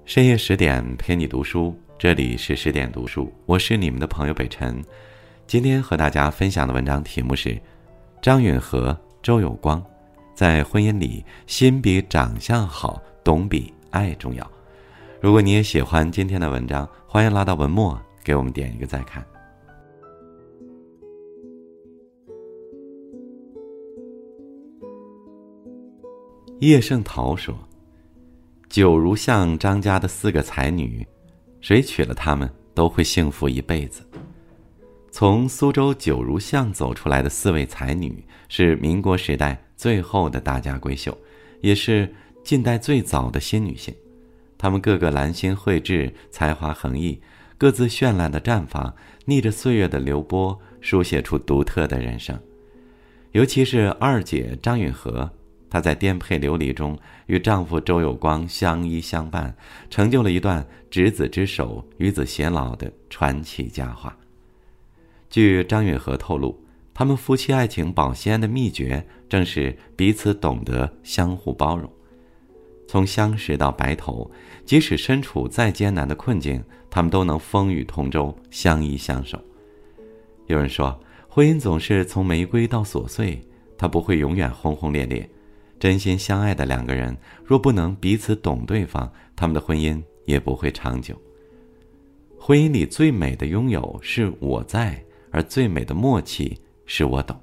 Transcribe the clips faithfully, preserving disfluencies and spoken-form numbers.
深夜十点陪你读书，这里是十点读书，我是你们的朋友北辰。今天和大家分享的文章题目是张允和、周有光在婚姻里，心比长相好，懂比爱重要。如果你也喜欢今天的文章，欢迎拉到文末给我们点一个再看。叶圣陶说，九如巷张家的四个才女，谁娶了她们都会幸福一辈子。从苏州九如巷走出来的四位才女，是民国时代最后的大家闺秀，也是近代最早的新女性。她们个个兰心蕙质，才华横溢，各自绚烂的绽放，逆着岁月的流波，书写出独特的人生。尤其是二姐张允和，她在颠沛流离中与丈夫周有光相依相伴，成就了一段执子之手，与子偕老的传奇佳话。据张允和透露，他们夫妻爱情保鲜的秘诀，正是彼此懂得相互包容。从相识到白头，即使身处再艰难的困境，他们都能风雨同舟，相依相守。有人说，婚姻总是从玫瑰到琐碎，它不会永远轰轰烈烈。真心相爱的两个人，若不能彼此懂对方，他们的婚姻也不会长久。婚姻里最美的拥有是我在，而最美的默契是我懂。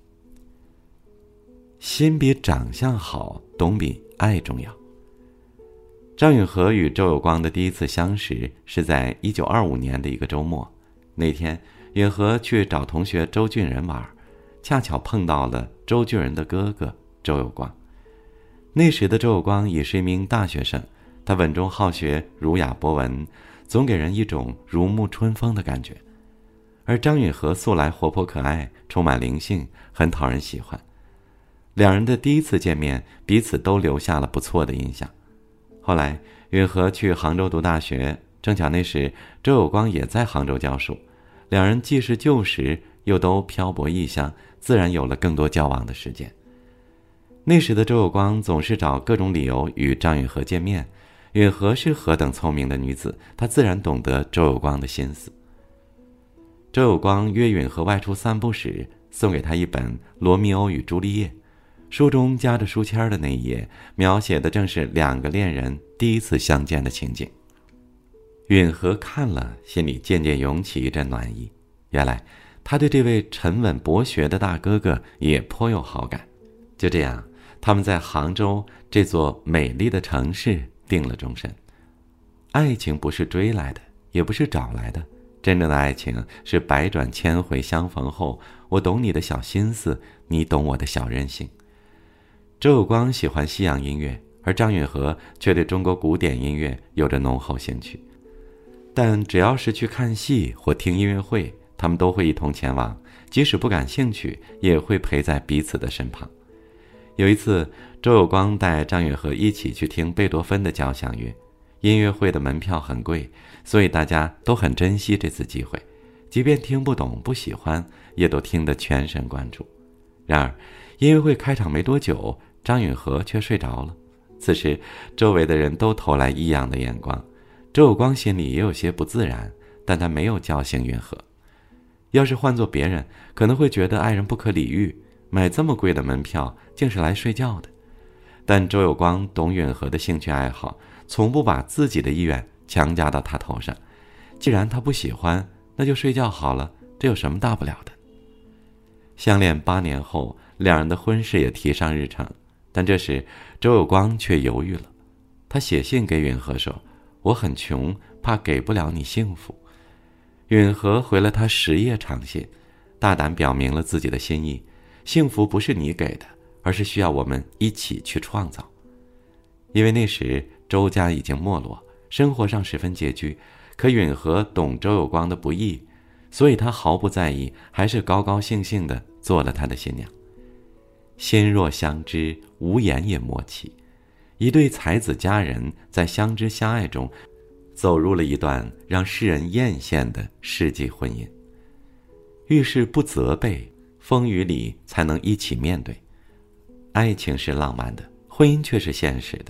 心比长相好，懂比爱重要。张允和与周有光的第一次相识是在一九二五年的一个周末。那天，允和去找同学周俊仁玩，恰巧碰到了周俊仁的哥哥周有光。那时的周有光已是一名大学生，他稳中好学，儒雅博闻，总给人一种如沐春风的感觉。而张允和素来活泼可爱，充满灵性，很讨人喜欢。两人的第一次见面，彼此都留下了不错的印象。后来允和去杭州读大学，正巧那时周有光也在杭州教书，两人既是旧识，又都漂泊异乡，自然有了更多交往的时间。那时的周有光总是找各种理由与张允和见面，允和是何等聪明的女子，她自然懂得周有光的心思。周有光约允和外出散步时，送给她一本《罗密欧与朱丽叶》，书中夹着书签的那一页，描写的正是两个恋人第一次相见的情景。允和看了，心里渐渐涌起一阵暖意，原来他对这位沉稳博学的大哥哥也颇有好感。就这样，他们在杭州这座美丽的城市定了终身。爱情不是追来的，也不是找来的，真正的爱情是百转千回相逢后，我懂你的小心思，你懂我的小任性。周有光喜欢西洋音乐，而张允和却对中国古典音乐有着浓厚兴趣。但只要是去看戏或听音乐会，他们都会一同前往，即使不感兴趣，也会陪在彼此的身旁。有一次，周有光带张允和一起去听贝多芬的交响乐，音乐会的门票很贵，所以大家都很珍惜这次机会，即便听不懂不喜欢，也都听得全神贯注。然而音乐会开场没多久，张允和却睡着了。此时周围的人都投来异样的眼光，周有光心里也有些不自然，但他没有叫醒允和。要是换做别人，可能会觉得爱人不可理喻，买这么贵的门票竟是来睡觉的。但周有光懂允和的兴趣爱好，从不把自己的意愿强加到他头上。既然他不喜欢，那就睡觉好了，这有什么大不了的。相恋八年后，两人的婚事也提上日程，但这时周有光却犹豫了。他写信给允和说，我很穷，怕给不了你幸福。允和回了他十页长信，大胆表明了自己的心意，幸福不是你给的，而是需要我们一起去创造。因为那时周家已经没落，生活上十分拮据，可允和懂周有光的不易，所以他毫不在意，还是高高兴兴地做了他的新娘。心若相知，无言也默契。一对才子佳人在相知相爱中，走入了一段让世人艳羡的世纪婚姻。遇事不责备，风雨里才能一起面对。爱情是浪漫的，婚姻却是现实的。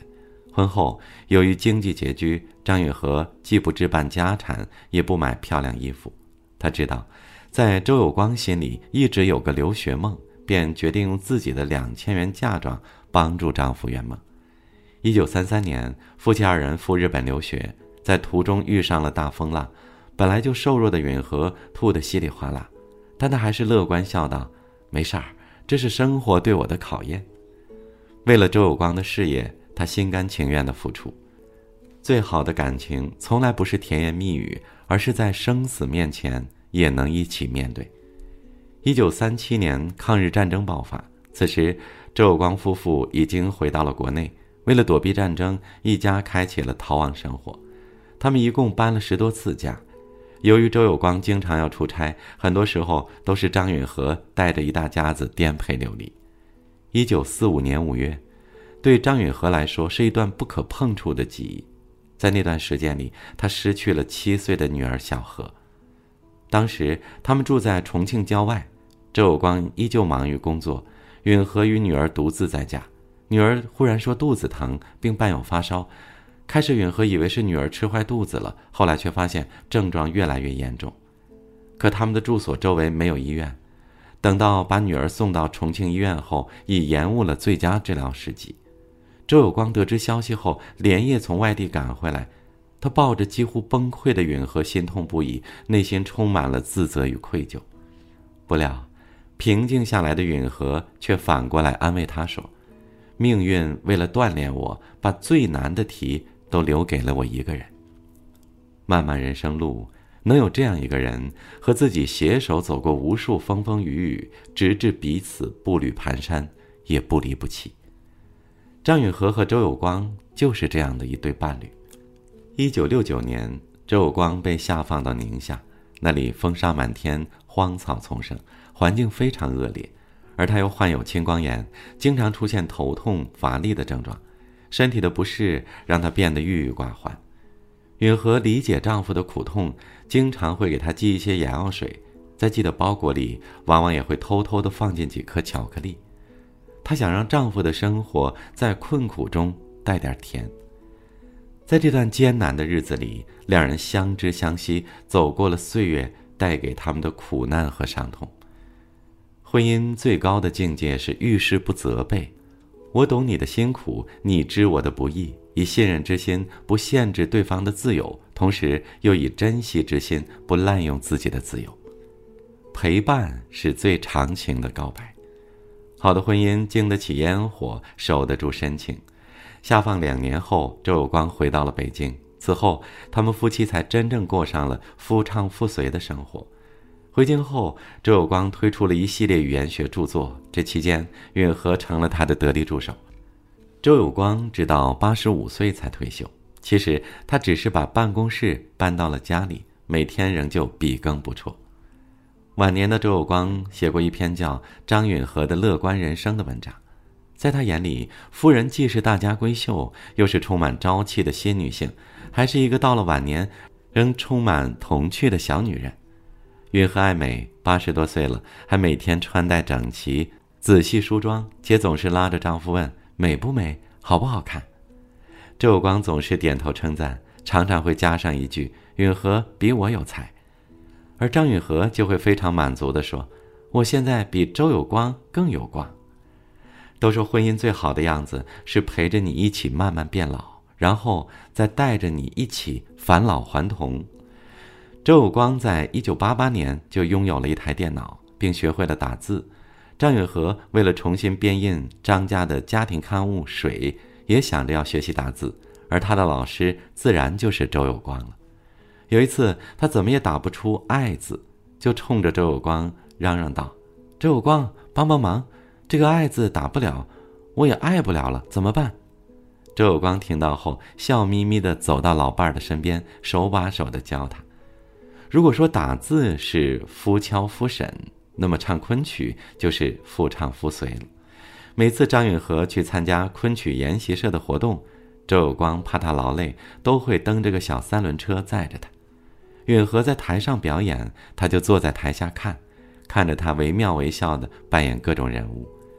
婚后，由于经济拮据，张允和既不置办家产，也不买漂亮衣服。他知道，在周有光心里一直有个留学梦，便决定用自己的两千元嫁妆帮助丈夫圆梦。一九三三年，夫妻二人赴日本留学，在途中遇上了大风浪，本来就瘦弱的允和吐得稀里哗啦，但他还是乐观笑道：“没事儿，这是生活对我的考验。”为了周有光的事业，他心甘情愿地付出。最好的感情从来不是甜言蜜语，而是在生死面前也能一起面对。一九三七年，抗日战争爆发，此时周有光夫妇已经回到了国内，为了躲避战争，一家开启了逃亡生活。他们一共搬了十多次家。由于周有光经常要出差，很多时候都是张允和带着一大家子颠沛流离。一九四五年五月，对张允和来说是一段不可碰触的记忆。在那段时间里，他失去了七岁的女儿小何。当时他们住在重庆郊外，周有光依旧忙于工作，允和与女儿独自在家。女儿忽然说肚子疼，并伴有发烧。开始允和以为是女儿吃坏肚子了，后来却发现症状越来越严重。可他们的住所周围没有医院，等到把女儿送到重庆医院后，已延误了最佳治疗时机。周有光得知消息后，连夜从外地赶回来，他抱着几乎崩溃的允和，心痛不已，内心充满了自责与愧疚。不料，平静下来的允和却反过来安慰他说：“命运为了锻炼我，把最难的题都留给了我一个人。”漫漫人生路，能有这样一个人和自己携手走过无数风风雨雨，直至彼此步履蹒跚，也不离不弃。张允和和周有光就是这样的一对伴侣。一九六九年，周有光被下放到宁夏，那里风沙满天，荒草丛生，环境非常恶劣，而他又患有青光眼，经常出现头痛乏力的症状，身体的不适让他变得郁郁寡欢。允和理解丈夫的苦痛，经常会给他寄一些眼药水，在寄的包裹里往往也会偷偷地放进几颗巧克力。她想让丈夫的生活在困苦中带点甜。在这段艰难的日子里，两人相知相惜，走过了岁月带给他们的苦难和伤痛。婚姻最高的境界是遇事不责备，我懂你的辛苦，你知我的不易，以信任之心不限制对方的自由，同时又以珍惜之心不滥用自己的自由。陪伴是最长情的告白。好的婚姻经得起烟火，守得住深情。下放两年后，周有光回到了北京，此后他们夫妻才真正过上了夫唱妇随的生活。回京后，周有光推出了一系列语言学著作，这期间允和成了他的得力助手。周有光直到八十五岁才退休，其实他只是把办公室搬到了家里，每天仍旧笔耕不辍。晚年的周有光写过一篇叫《张允和的乐观人生》的文章，在他眼里，夫人既是大家闺秀，又是充满朝气的新女性，还是一个到了晚年仍充满童趣的小女人。允和爱美，八十多岁了，还每天穿戴整齐，仔细梳妆，且总是拉着丈夫问美不美，好不好看。周有光总是点头称赞，常常会加上一句允和比我有才，而张允和就会非常满足地说，我现在比周有光更有光。都说婚姻最好的样子是陪着你一起慢慢变老，然后再带着你一起返老还童。周有光在一九八八年就拥有了一台电脑，并学会了打字。张允和为了重新编印张家的家庭刊物《水》，也想着要学习打字，而他的老师自然就是周有光了。有一次他怎么也打不出爱字，就冲着周有光嚷嚷道，周有光，帮帮忙，这个爱字打不了，我也爱不了了，怎么办？周有光听到后笑眯眯地走到老伴儿的身边，手把手地教他。如果说打字是夫敲夫审，那么唱昆曲就是夫唱夫随了。每次张允和去参加昆曲研习社的活动，周有光怕他劳累，都会蹬着个小三轮车载着他。允和在台上表演，他就坐在台下看，看着他惟妙惟肖地扮演各种人物。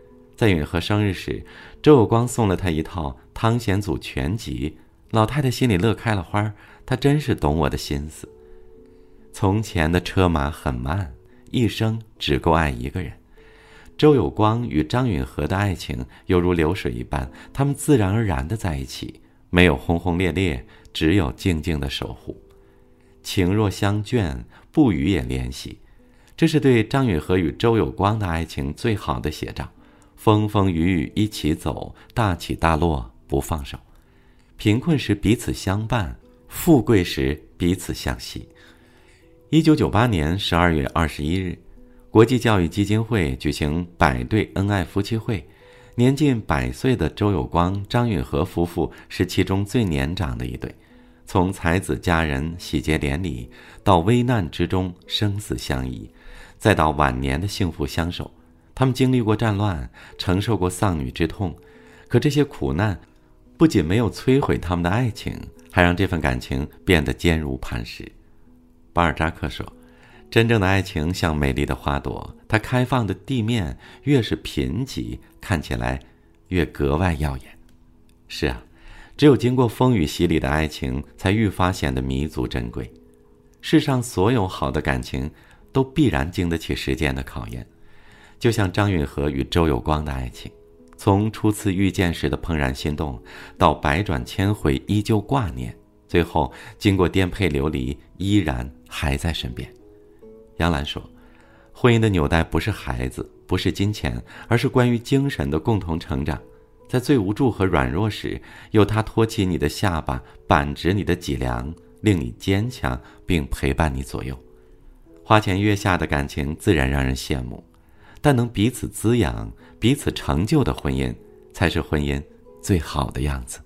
在允和生日时，周有光送了他一套汤显祖全集，老太太心里乐开了花，她真是懂我的心思。从前的车马很慢，一生只够爱一个人。周有光与张允和的爱情犹如流水一般，他们自然而然地在一起，没有轰轰烈烈，只有静静的守护。情若相眷，不语也怜惜，这是对张允和与周有光的爱情最好的写照。风风雨雨一起走，大起大落不放手。贫困时彼此相伴，富贵时彼此相惜。一九九八年十二月二十一日，国际教育基金会举行百对恩爱夫妻会，年近百岁的周有光、张允和夫妇是其中最年长的一对。从才子佳人喜结连理，到危难之中生死相依，再到晚年的幸福相守，他们经历过战乱，承受过丧女之痛，可这些苦难不仅没有摧毁他们的爱情，还让这份感情变得坚如磐石。巴尔扎克说，真正的爱情像美丽的花朵，它开放的地面越是贫瘠，看起来越格外耀眼。是啊，只有经过风雨洗礼的爱情，才愈发显得弥足珍贵。世上所有好的感情，都必然经得起时间的考验。就像张允和与周有光的爱情，从初次遇见时的怦然心动，到百转千回依旧挂念，最后经过颠沛流离，依然还在身边。杨澜说，婚姻的纽带不是孩子，不是金钱，而是关于精神的共同成长。在最无助和软弱时，有他托起你的下巴，扳直你的脊梁，令你坚强，并陪伴你左右。花前月下的感情自然让人羡慕，但能彼此滋养、彼此成就的婚姻，才是婚姻最好的样子。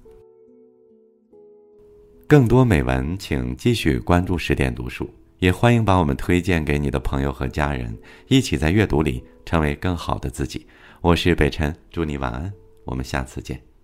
更多美文请继续关注十点读书，也欢迎把我们推荐给你的朋友和家人，一起在阅读里成为更好的自己。我是北辰，祝你晚安，我们下次见。